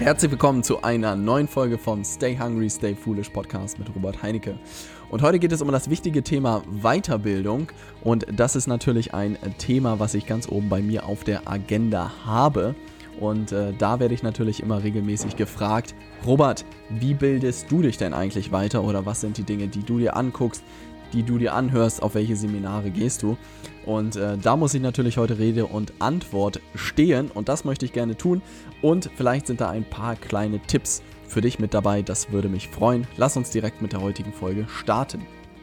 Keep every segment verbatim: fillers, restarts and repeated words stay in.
Herzlich willkommen zu einer neuen Folge vom Stay Hungry, Stay Foolish Podcast mit Robert Heinecke. Und heute geht es um das wichtige Thema Weiterbildung und das ist natürlich ein Thema, was ich ganz oben bei mir auf der Agenda habe. Und äh, da werde ich natürlich immer regelmäßig gefragt, Robert, wie bildest du dich denn eigentlich weiter oder was sind die Dinge, die du dir anguckst, die du dir anhörst, auf welche Seminare gehst du? Und äh, da muss ich natürlich heute Rede und Antwort stehen und das möchte ich gerne tun und vielleicht sind da ein paar kleine Tipps für dich mit dabei, das würde mich freuen. Lass uns direkt mit der heutigen Folge starten.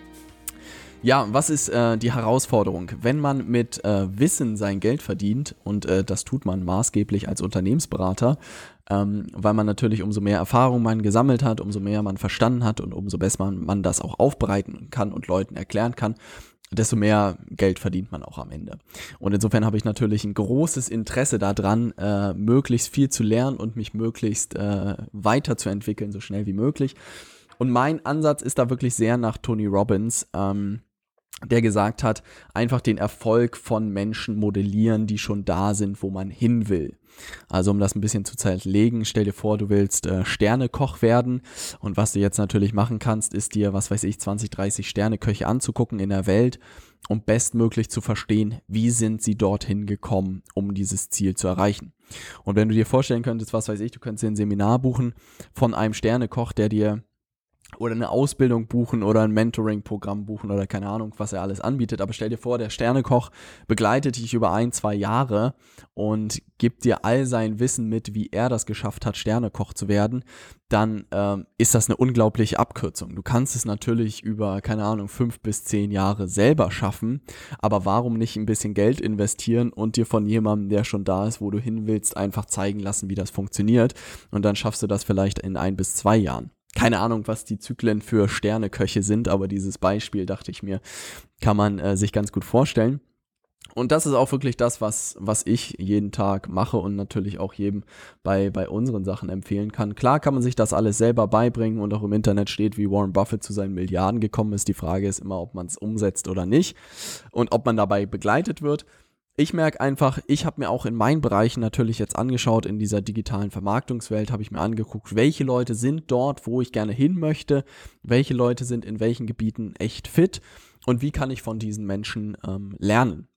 Ja, was ist äh, die Herausforderung? Wenn man mit äh, Wissen sein Geld verdient und äh, das tut man maßgeblich als Unternehmensberater, ähm, weil man natürlich umso mehr Erfahrung man gesammelt hat, umso mehr man verstanden hat und umso besser man, man das auch aufbereiten kann und Leuten erklären kann, desto mehr Geld verdient man auch am Ende. Und insofern habe ich natürlich ein großes Interesse daran, äh, möglichst viel zu lernen und mich möglichst äh, weiterzuentwickeln, so schnell wie möglich. Und mein Ansatz ist da wirklich sehr nach Tony Robbins, ähm, der gesagt hat, einfach den Erfolg von Menschen modellieren, die schon da sind, wo man hin will. Also um das ein bisschen zu zerlegen, stell dir vor, du willst äh, Sternekoch werden und was du jetzt natürlich machen kannst, ist dir, was weiß ich, zwanzig, dreißig Sterneköche anzugucken in der Welt, um bestmöglich zu verstehen, wie sind sie dorthin gekommen, um dieses Ziel zu erreichen. Und wenn du dir vorstellen könntest, was weiß ich, du könntest dir ein Seminar buchen von einem Sternekoch, der dir oder eine Ausbildung buchen oder ein Mentoring-Programm buchen oder keine Ahnung, was er alles anbietet. Aber stell dir vor, der Sternekoch begleitet dich über ein, zwei Jahre und gibt dir all sein Wissen mit, wie er das geschafft hat, Sternekoch zu werden. Dann ähm, ist das eine unglaubliche Abkürzung. Du kannst es natürlich über, keine Ahnung, fünf bis zehn Jahre selber schaffen, aber warum nicht ein bisschen Geld investieren und dir von jemandem, der schon da ist, wo du hin willst, einfach zeigen lassen, wie das funktioniert und dann schaffst du das vielleicht in ein bis zwei Jahren. Keine Ahnung, was die Zyklen für Sterneköche sind, aber dieses Beispiel, dachte ich mir, kann man äh, sich ganz gut vorstellen. Und das ist auch wirklich das, was, was ich jeden Tag mache und natürlich auch jedem bei, bei unseren Sachen empfehlen kann. Klar kann man sich das alles selber beibringen und auch im Internet steht, wie Warren Buffett zu seinen Milliarden gekommen ist. Die Frage ist immer, ob man es umsetzt oder nicht und ob man dabei begleitet wird. Ich merke einfach, ich habe mir auch in meinen Bereichen natürlich jetzt angeschaut, in dieser digitalen Vermarktungswelt habe ich mir angeguckt, welche Leute sind dort, wo ich gerne hin möchte, welche Leute sind in welchen Gebieten echt fit und wie kann ich von diesen Menschen ähm, lernen.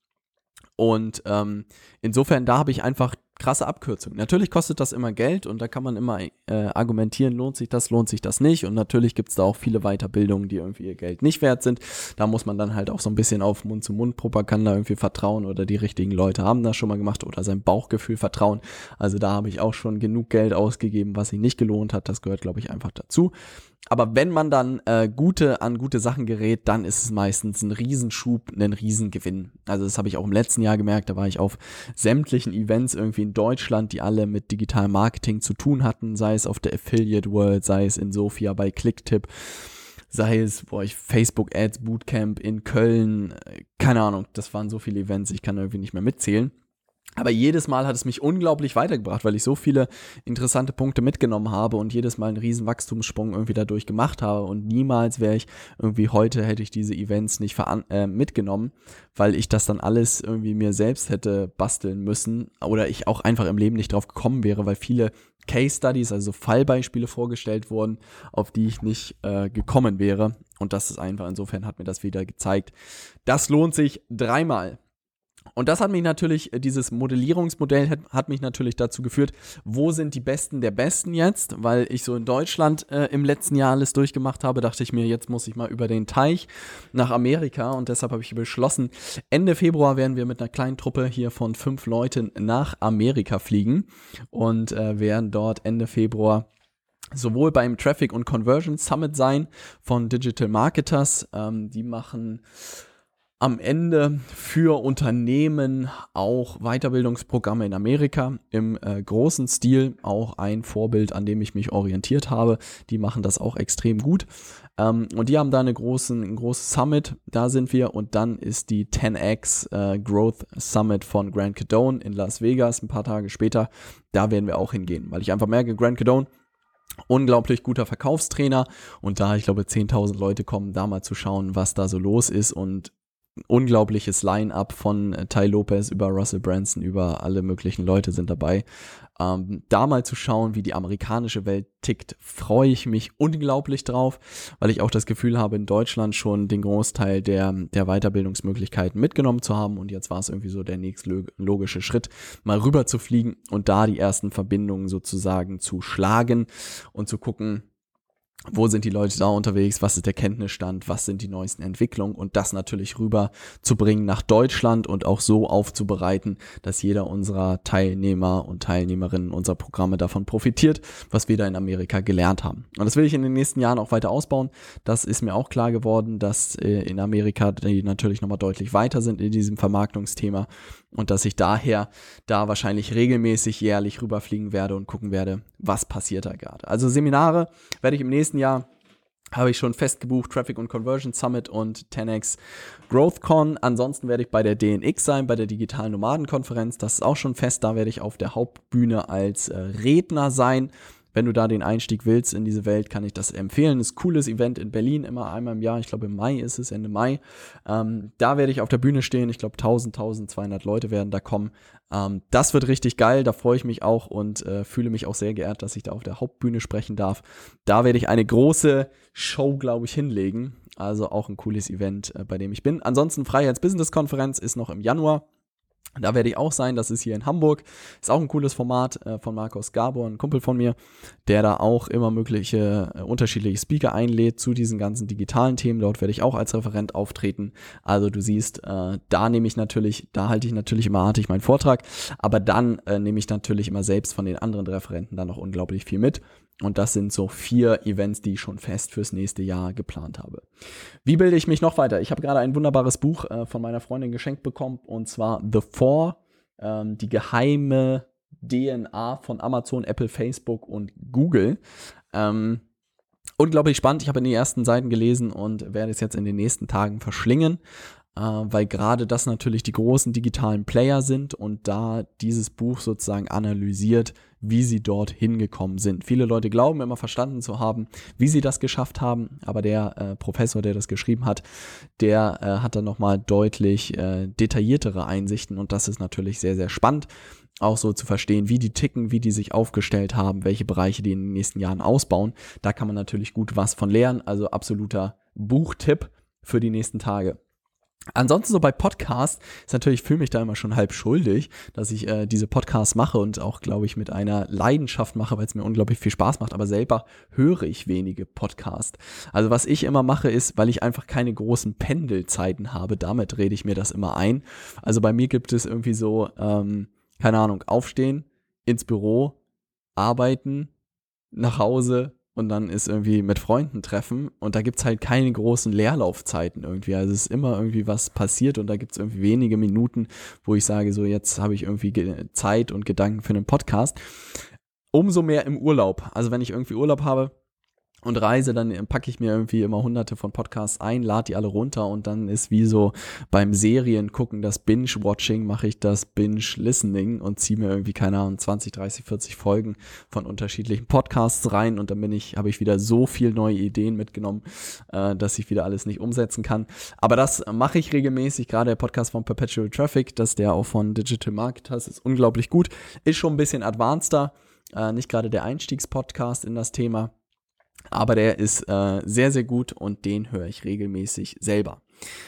Und ähm, insofern, da habe ich einfach krasse Abkürzungen. Natürlich kostet das immer Geld und da kann man immer äh, argumentieren, lohnt sich das, lohnt sich das nicht. Und natürlich gibt es da auch viele Weiterbildungen, die irgendwie ihr Geld nicht wert sind. Da muss man dann halt auch so ein bisschen auf Mund-zu-Mund-Propaganda irgendwie vertrauen oder die richtigen Leute haben das schon mal gemacht oder sein Bauchgefühl vertrauen. Also da habe ich auch schon genug Geld ausgegeben, was sich nicht gelohnt hat. Das gehört, glaube ich, einfach dazu. Aber wenn man dann äh, gute an gute Sachen gerät, dann ist es meistens ein Riesenschub, ein Riesengewinn. Also das habe ich auch im letzten Jahr gemerkt, da war ich auf sämtlichen Events irgendwie in Deutschland, die alle mit digitalem Marketing zu tun hatten, sei es auf der Affiliate World, sei es in Sofia bei Clicktip, sei es boah, ich, Facebook Ads Bootcamp in Köln, keine Ahnung, das waren so viele Events, ich kann irgendwie nicht mehr mitzählen. Aber jedes Mal hat es mich unglaublich weitergebracht, weil ich so viele interessante Punkte mitgenommen habe und jedes Mal einen riesen Wachstumssprung irgendwie dadurch gemacht habe und niemals wäre ich irgendwie heute, hätte ich diese Events nicht veran- äh, mitgenommen, weil ich das dann alles irgendwie mir selbst hätte basteln müssen oder ich auch einfach im Leben nicht drauf gekommen wäre, weil viele Case Studies, also Fallbeispiele vorgestellt wurden, auf die ich nicht äh, gekommen wäre und das ist einfach, insofern hat mir das wieder gezeigt, das lohnt sich dreimal. Und das hat mich natürlich, dieses Modellierungsmodell hat, hat mich natürlich dazu geführt, wo sind die Besten der Besten jetzt, weil ich so in Deutschland äh, im letzten Jahr alles durchgemacht habe, dachte ich mir, jetzt muss ich mal über den Teich nach Amerika und deshalb habe ich beschlossen, Ende Februar werden wir mit einer kleinen Truppe hier von fünf Leuten nach Amerika fliegen und äh, werden dort Ende Februar sowohl beim Traffic und Conversion Summit sein von Digital Marketers, ähm, die machen am Ende für Unternehmen auch Weiterbildungsprogramme in Amerika im äh, großen Stil, auch ein Vorbild, an dem ich mich orientiert habe. Die machen das auch extrem gut. Ähm, und die haben da eine großen, ein großes Summit, da sind wir. Und dann ist die zehn X äh, Growth Summit von Grant Cardone in Las Vegas ein paar Tage später. Da werden wir auch hingehen, weil ich einfach merke, Grant Cardone, unglaublich guter Verkaufstrainer. Und da, ich glaube, zehntausend Leute kommen, da mal zu schauen, was da so los ist und unglaubliches Line-Up von Ty Lopez über Russell Brunson, über alle möglichen Leute sind dabei. Ähm, da mal zu schauen, wie die amerikanische Welt tickt, freue ich mich unglaublich drauf, weil ich auch das Gefühl habe, in Deutschland schon den Großteil der, der Weiterbildungsmöglichkeiten mitgenommen zu haben und jetzt war es irgendwie so der nächste logische Schritt, mal rüber zu fliegen und da die ersten Verbindungen sozusagen zu schlagen und zu gucken, wo sind die Leute da unterwegs, was ist der Kenntnisstand, was sind die neuesten Entwicklungen und das natürlich rüber zu bringen nach Deutschland und auch so aufzubereiten, dass jeder unserer Teilnehmer und Teilnehmerinnen unserer Programme davon profitiert, was wir da in Amerika gelernt haben. Und das will ich in den nächsten Jahren auch weiter ausbauen. Das ist mir auch klar geworden, dass in Amerika die natürlich nochmal deutlich weiter sind in diesem Vermarktungsthema und dass ich daher da wahrscheinlich regelmäßig jährlich rüberfliegen werde und gucken werde, was passiert da gerade. Also Seminare werde ich im nächsten Jahr, habe ich schon fest gebucht, Traffic und Conversion Summit und zehn x GrowthCon. Ansonsten werde ich bei der D N X sein, bei der Digitalen Nomadenkonferenz. Das ist auch schon fest, da werde ich auf der Hauptbühne als äh, Redner sein. Wenn du da den Einstieg willst in diese Welt, kann ich das empfehlen. Das ist ein cooles Event in Berlin, immer einmal im Jahr. Ich glaube, im Mai ist es, Ende Mai. Ähm, da werde ich auf der Bühne stehen. Ich glaube, tausend, tausendzweihundert Leute werden da kommen. Ähm, das wird richtig geil. Da freue ich mich auch und äh, fühle mich auch sehr geehrt, dass ich da auf der Hauptbühne sprechen darf. Da werde ich eine große Show, glaube ich, hinlegen. Also auch ein cooles Event, äh, bei dem ich bin. Ansonsten Freiheits-Business-Konferenz ist noch im Januar. Da werde ich auch sein, das ist hier in Hamburg, ist auch ein cooles Format äh, von Markus Gabor, ein Kumpel von mir, der da auch immer mögliche äh, unterschiedliche Speaker einlädt zu diesen ganzen digitalen Themen, dort werde ich auch als Referent auftreten, also du siehst, äh, da nehme ich natürlich, da halte ich natürlich immer artig meinen Vortrag, aber dann äh, nehme ich natürlich immer selbst von den anderen Referenten dann noch unglaublich viel mit. Und das sind so vier Events, die ich schon fest fürs nächste Jahr geplant habe. Wie bilde ich mich noch weiter? Ich habe gerade ein wunderbares Buch äh, von meiner Freundin geschenkt bekommen, und zwar The Four, ähm, die geheime D N A von Amazon, Apple, Facebook und Google. Ähm, unglaublich spannend. Ich habe in die ersten Seiten gelesen und werde es jetzt in den nächsten Tagen verschlingen, äh, weil gerade das natürlich die großen digitalen Player sind und da dieses Buch sozusagen analysiert, wie sie dort hingekommen sind. Viele Leute glauben immer verstanden zu haben, wie sie das geschafft haben, aber der äh, Professor, der das geschrieben hat, der äh, hat dann nochmal deutlich äh, detailliertere Einsichten und das ist natürlich sehr, sehr spannend, auch so zu verstehen, wie die ticken, wie die sich aufgestellt haben, welche Bereiche die in den nächsten Jahren ausbauen. Da kann man natürlich gut was von lernen, also absoluter Buchtipp für die nächsten Tage. Ansonsten so bei Podcasts ist natürlich, ich fühle mich da immer schon halb schuldig, dass ich äh, diese Podcasts mache und auch, glaube ich, mit einer Leidenschaft mache, weil es mir unglaublich viel Spaß macht, aber selber höre ich wenige Podcasts. Also was ich immer mache ist, weil ich einfach keine großen Pendelzeiten habe, damit rede ich mir das immer ein. Also bei mir gibt es irgendwie so, ähm, keine Ahnung, aufstehen, ins Büro, arbeiten, nach Hause, und dann ist irgendwie mit Freunden treffen und da gibt es halt keine großen Leerlaufzeiten irgendwie. Also es ist immer irgendwie was passiert und da gibt es irgendwie wenige Minuten, wo ich sage, so jetzt habe ich irgendwie Zeit und Gedanken für einen Podcast. Umso mehr im Urlaub. Also wenn ich irgendwie Urlaub habe und reise, dann packe ich mir irgendwie immer hunderte von Podcasts ein, lade die alle runter und dann ist wie so beim Serien gucken, das Binge-Watching, mache ich das Binge-Listening und ziehe mir irgendwie, keine Ahnung, zwanzig, dreißig, vierzig Folgen von unterschiedlichen Podcasts rein und dann bin ich, habe ich wieder so viel neue Ideen mitgenommen, äh, dass ich wieder alles nicht umsetzen kann. Aber das mache ich regelmäßig, gerade der Podcast von Perpetual Traffic, das ist der auch von Digital Marketers, ist unglaublich gut, ist schon ein bisschen advanceder, äh, nicht gerade der Einstiegspodcast in das Thema, aber der ist äh, sehr, sehr gut und den höre ich regelmäßig selber.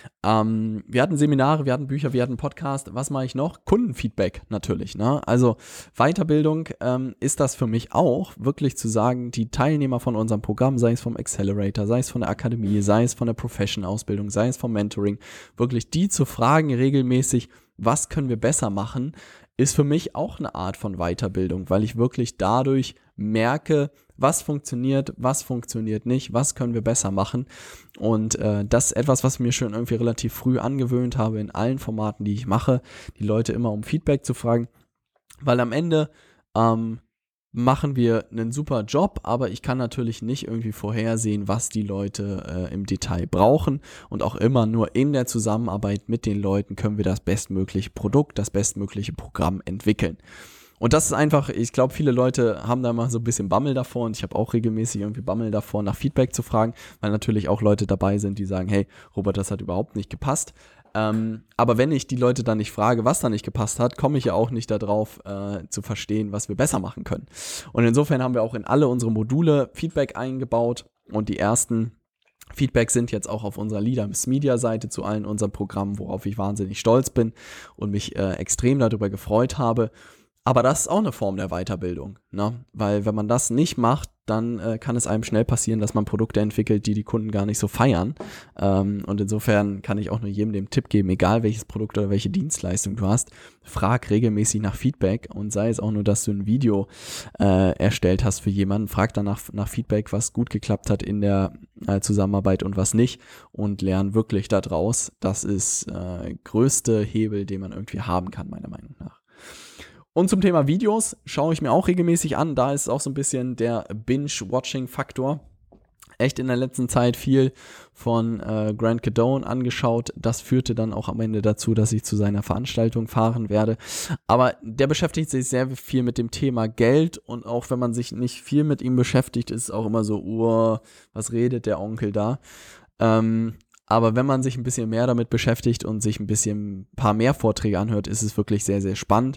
Ähm, wir hatten Seminare, wir hatten Bücher, wir hatten Podcast. Was mache ich noch? Kundenfeedback natürlich. Ne? Also Weiterbildung ähm, ist das für mich auch, wirklich zu sagen, die Teilnehmer von unserem Programm, sei es vom Accelerator, sei es von der Akademie, sei es von der Profession-Ausbildung, sei es vom Mentoring, wirklich die zu fragen regelmäßig, was können wir besser machen, ist für mich auch eine Art von Weiterbildung, weil ich wirklich dadurch merke, was funktioniert, was funktioniert nicht, was können wir besser machen. Und äh, das ist etwas, was ich mir schon irgendwie relativ früh angewöhnt habe in allen Formaten, die ich mache, die Leute immer um Feedback zu fragen, weil am Ende ähm, machen wir einen super Job, aber ich kann natürlich nicht irgendwie vorhersehen, was die Leute äh, im Detail brauchen und auch immer nur in der Zusammenarbeit mit den Leuten können wir das bestmögliche Produkt, das bestmögliche Programm entwickeln. Und das ist einfach, ich glaube, viele Leute haben da mal so ein bisschen Bammel davor und ich habe auch regelmäßig irgendwie Bammel davor, nach Feedback zu fragen, weil natürlich auch Leute dabei sind, die sagen, hey, Robert, das hat überhaupt nicht gepasst. Ähm, aber wenn ich die Leute dann nicht frage, was da nicht gepasst hat, komme ich ja auch nicht darauf äh, zu verstehen, was wir besser machen können. Und insofern haben wir auch in alle unsere Module Feedback eingebaut und die ersten Feedback sind jetzt auch auf unserer Leaders Media Seite zu allen unseren Programmen, worauf ich wahnsinnig stolz bin und mich äh, extrem darüber gefreut habe. Aber das ist auch eine Form der Weiterbildung, ne? Weil wenn man das nicht macht, dann äh, kann es einem schnell passieren, dass man Produkte entwickelt, die die Kunden gar nicht so feiern. Ähm, und insofern kann ich auch nur jedem den Tipp geben, egal welches Produkt oder welche Dienstleistung du hast, frag regelmäßig nach Feedback und sei es auch nur, dass du ein Video äh, erstellt hast für jemanden, frag danach nach Feedback, was gut geklappt hat in der äh, Zusammenarbeit und was nicht und lern wirklich daraus. Das ist äh, größte Hebel, den man irgendwie haben kann, meiner Meinung nach. Und zum Thema Videos schaue ich mir auch regelmäßig an. Da ist auch so ein bisschen der Binge-Watching-Faktor. Echt in der letzten Zeit viel von äh, Grant Cardone angeschaut. Das führte dann auch am Ende dazu, dass ich zu seiner Veranstaltung fahren werde. Aber der beschäftigt sich sehr viel mit dem Thema Geld. Und auch wenn man sich nicht viel mit ihm beschäftigt, ist es auch immer so, oh, was redet der Onkel da? Ähm, aber wenn man sich ein bisschen mehr damit beschäftigt und sich ein bisschen ein paar mehr Vorträge anhört, ist es wirklich sehr, sehr spannend.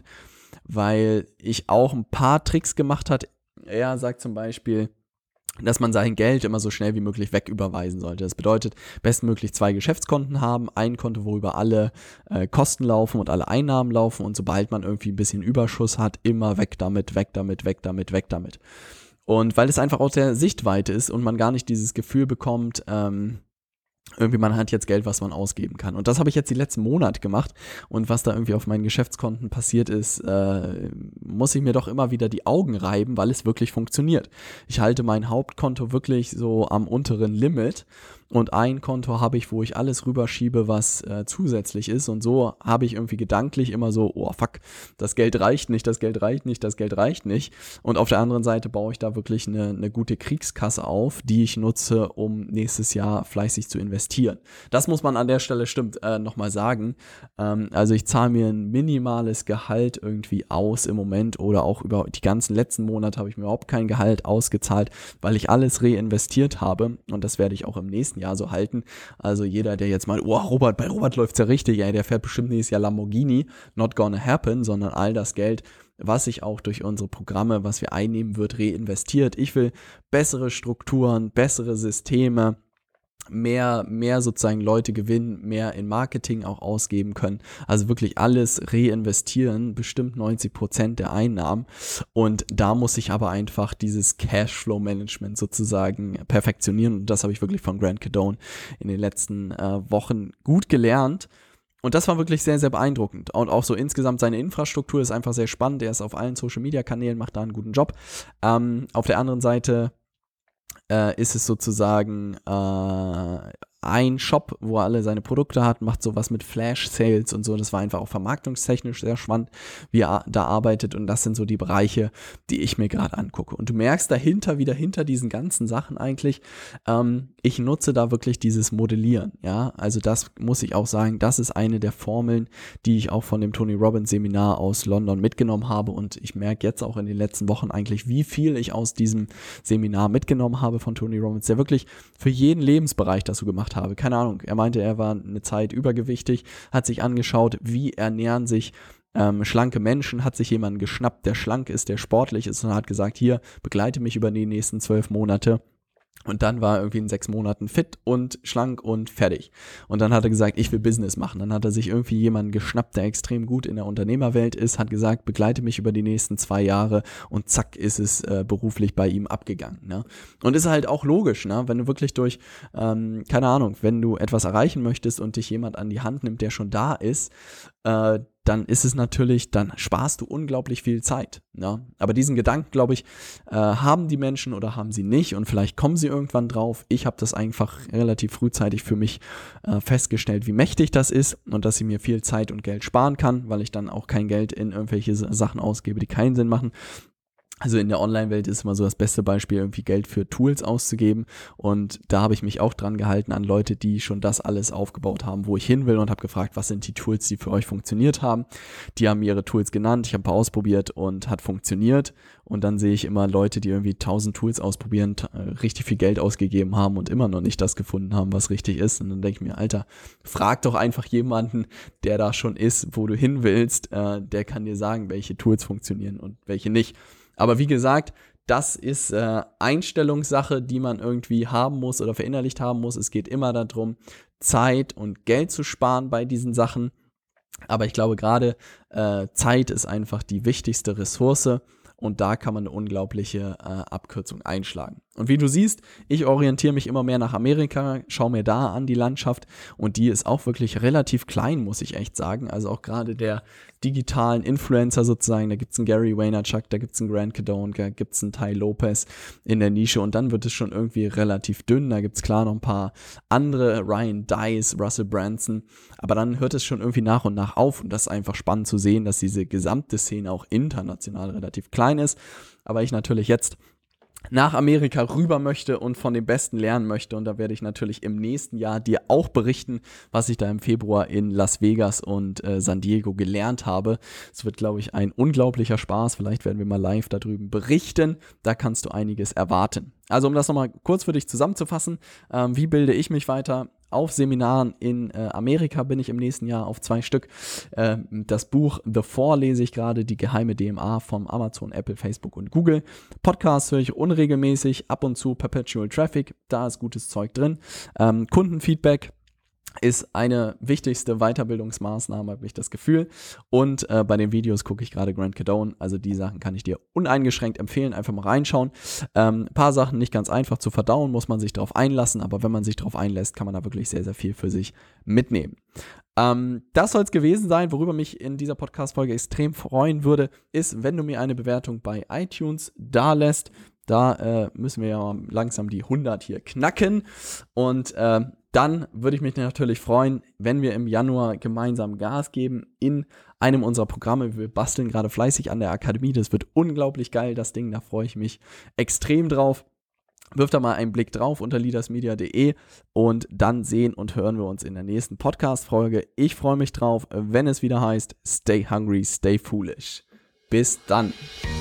Weil ich auch ein paar Tricks gemacht hat. Er sagt zum Beispiel, dass man sein Geld immer so schnell wie möglich wegüberweisen sollte. Das bedeutet, bestmöglich zwei Geschäftskonten haben, ein Konto, worüber alle äh, Kosten laufen und alle Einnahmen laufen und sobald man irgendwie ein bisschen Überschuss hat, immer weg damit, weg damit, weg damit, weg damit. Und weil es einfach aus der Sichtweite ist und man gar nicht dieses Gefühl bekommt, ähm, irgendwie man hat jetzt Geld, was man ausgeben kann. Und das habe ich jetzt die letzten Monate gemacht. Und was da irgendwie auf meinen Geschäftskonten passiert ist, äh, muss ich mir doch immer wieder die Augen reiben, weil es wirklich funktioniert. Ich halte mein Hauptkonto wirklich so am unteren Limit. Und ein Konto habe ich, wo ich alles rüberschiebe, was äh, zusätzlich ist. Und so habe ich irgendwie gedanklich immer so, oh fuck, das Geld reicht nicht, das Geld reicht nicht, das Geld reicht nicht. Und auf der anderen Seite baue ich da wirklich eine, eine gute Kriegskasse auf, die ich nutze, um nächstes Jahr fleißig zu investieren. Das muss man an der Stelle stimmt äh, nochmal sagen. Ähm, also ich zahle mir ein minimales Gehalt irgendwie aus im Moment oder auch über die ganzen letzten Monate habe ich mir überhaupt kein Gehalt ausgezahlt, weil ich alles reinvestiert habe. Und das werde ich auch im nächsten Jahr Jahr so halten. Also jeder, der jetzt meint, oh Robert, bei Robert läuft's ja richtig, ey, der fährt bestimmt nächstes Jahr Lamborghini, not gonna happen, sondern all das Geld, was sich auch durch unsere Programme, was wir einnehmen, wird reinvestiert. Ich will bessere Strukturen, bessere Systeme, mehr, mehr sozusagen Leute gewinnen, mehr in Marketing auch ausgeben können. Also wirklich alles reinvestieren, bestimmt neunzig Prozent der Einnahmen. Und da muss ich aber einfach dieses Cashflow-Management sozusagen perfektionieren. Und das habe ich wirklich von Grant Cardone in den letzten äh, Wochen gut gelernt. Und das war wirklich sehr, sehr beeindruckend. Und auch so insgesamt seine Infrastruktur ist einfach sehr spannend. Er ist auf allen Social-Media-Kanälen, macht da einen guten Job. Ähm, auf der anderen Seite Äh, ist es sozusagen äh, ein Shop, wo er alle seine Produkte hat, macht sowas mit Flash-Sales und so. Das war einfach auch vermarktungstechnisch sehr spannend, wie er da arbeitet. Und das sind so die Bereiche, die ich mir gerade angucke. Und du merkst dahinter, wieder hinter diesen ganzen Sachen eigentlich, ähm, ich nutze da wirklich dieses Modellieren. Ja, also das muss ich auch sagen, das ist eine der Formeln, die ich auch von dem Tony Robbins Seminar aus London mitgenommen habe. Und ich merke jetzt auch in den letzten Wochen eigentlich, wie viel ich aus diesem Seminar mitgenommen habe von Tony Robbins, der wirklich für jeden Lebensbereich das so gemacht habe. Keine Ahnung, er meinte, er war eine Zeit übergewichtig, hat sich angeschaut, wie ernähren sich ähm, schlanke Menschen, hat sich jemanden geschnappt, der schlank ist, der sportlich ist und hat gesagt, hier, begleite mich über die nächsten zwölf Monate. Und dann war er irgendwie in sechs Monaten fit und schlank und fertig. Und dann hat er gesagt, ich will Business machen. Dann hat er sich irgendwie jemanden geschnappt, der extrem gut in der Unternehmerwelt ist, hat gesagt, begleite mich über die nächsten zwei Jahre und zack ist es äh, beruflich bei ihm abgegangen. Ne? Und ist halt auch logisch, ne? Wenn du wirklich durch, ähm, keine Ahnung, wenn du etwas erreichen möchtest und dich jemand an die Hand nimmt, der schon da ist, äh, dann ist es natürlich, dann sparst du unglaublich viel Zeit. Ne? Aber diesen Gedanken, glaube ich, äh, haben die Menschen oder haben sie nicht und vielleicht kommen sie irgendwann drauf. Ich habe das einfach relativ frühzeitig für mich äh, festgestellt, wie mächtig das ist und dass ich mir viel Zeit und Geld sparen kann, weil ich dann auch kein Geld in irgendwelche Sachen ausgebe, die keinen Sinn machen. Also in der Online-Welt ist immer so das beste Beispiel, irgendwie Geld für Tools auszugeben, und da habe ich mich auch dran gehalten an Leute, die schon das alles aufgebaut haben, wo ich hin will, und habe gefragt, was sind die Tools, die für euch funktioniert haben. Die haben mir ihre Tools genannt, ich habe ein paar ausprobiert und hat funktioniert, und dann sehe ich immer Leute, die irgendwie tausend Tools ausprobieren, t- richtig viel Geld ausgegeben haben und immer noch nicht das gefunden haben, was richtig ist, und dann denke ich mir, Alter, frag doch einfach jemanden, der da schon ist, wo du hin willst, äh, der kann dir sagen, welche Tools funktionieren und welche nicht. Aber wie gesagt, das ist äh, Einstellungssache, die man irgendwie haben muss oder verinnerlicht haben muss. Es geht immer darum, Zeit und Geld zu sparen bei diesen Sachen. Aber ich glaube, gerade äh, Zeit ist einfach die wichtigste Ressource, und da kann man eine unglaubliche äh, Abkürzung einschlagen. Und wie du siehst, ich orientiere mich immer mehr nach Amerika, schaue mir da an die Landschaft, und die ist auch wirklich relativ klein, muss ich echt sagen. Also auch gerade der digitalen Influencer sozusagen, da gibt es einen Gary Vaynerchuk, da gibt es einen Grant Cardone, da gibt es einen Tai Lopez in der Nische, und dann wird es schon irgendwie relativ dünn. Da gibt es klar noch ein paar andere, Ryan Dice, Russell Brunson, aber dann hört es schon irgendwie nach und nach auf, und das ist einfach spannend zu sehen, dass diese gesamte Szene auch international relativ klein ist. Aber ich natürlich jetzt nach Amerika rüber möchte und von den Besten lernen möchte, und da werde ich natürlich im nächsten Jahr dir auch berichten, was ich da im Februar in Las Vegas und äh, San Diego gelernt habe. Es wird, glaube ich, ein unglaublicher Spaß. Vielleicht werden wir mal live da drüben berichten. Da kannst du einiges erwarten. Also um das nochmal kurz für dich zusammenzufassen, ähm, wie bilde ich mich weiter? Auf Seminaren in äh, Amerika bin ich im nächsten Jahr auf zwei Stück. Äh, das Buch The Four lese ich gerade, die geheime D M A von Amazon, Apple, Facebook und Google. Podcasts höre ich unregelmäßig, ab und zu Perpetual Traffic, da ist gutes Zeug drin. Ähm, Kundenfeedback ist eine wichtigste Weiterbildungsmaßnahme, habe ich das Gefühl. Und äh, bei den Videos gucke ich gerade Grant Cardone. Also die Sachen kann ich dir uneingeschränkt empfehlen. Einfach mal reinschauen. Ähm, ein paar Sachen nicht ganz einfach zu verdauen, muss man sich darauf einlassen. Aber wenn man sich darauf einlässt, kann man da wirklich sehr, sehr viel für sich mitnehmen. Ähm, das soll es gewesen sein. Worüber mich in dieser Podcast-Folge extrem freuen würde, ist, wenn du mir eine Bewertung bei iTunes da lässt. Da äh, müssen wir ja langsam die hundert hier knacken. Und äh, dann würde ich mich natürlich freuen, wenn wir im Januar gemeinsam Gas geben in einem unserer Programme. Wir basteln gerade fleißig an der Akademie. Das wird unglaublich geil, das Ding. Da freue ich mich extrem drauf. Wirf da mal einen Blick drauf unter leadersmedia punkt de, und dann sehen und hören wir uns in der nächsten Podcast-Folge. Ich freue mich drauf, wenn es wieder heißt Stay Hungry, Stay Foolish. Bis dann.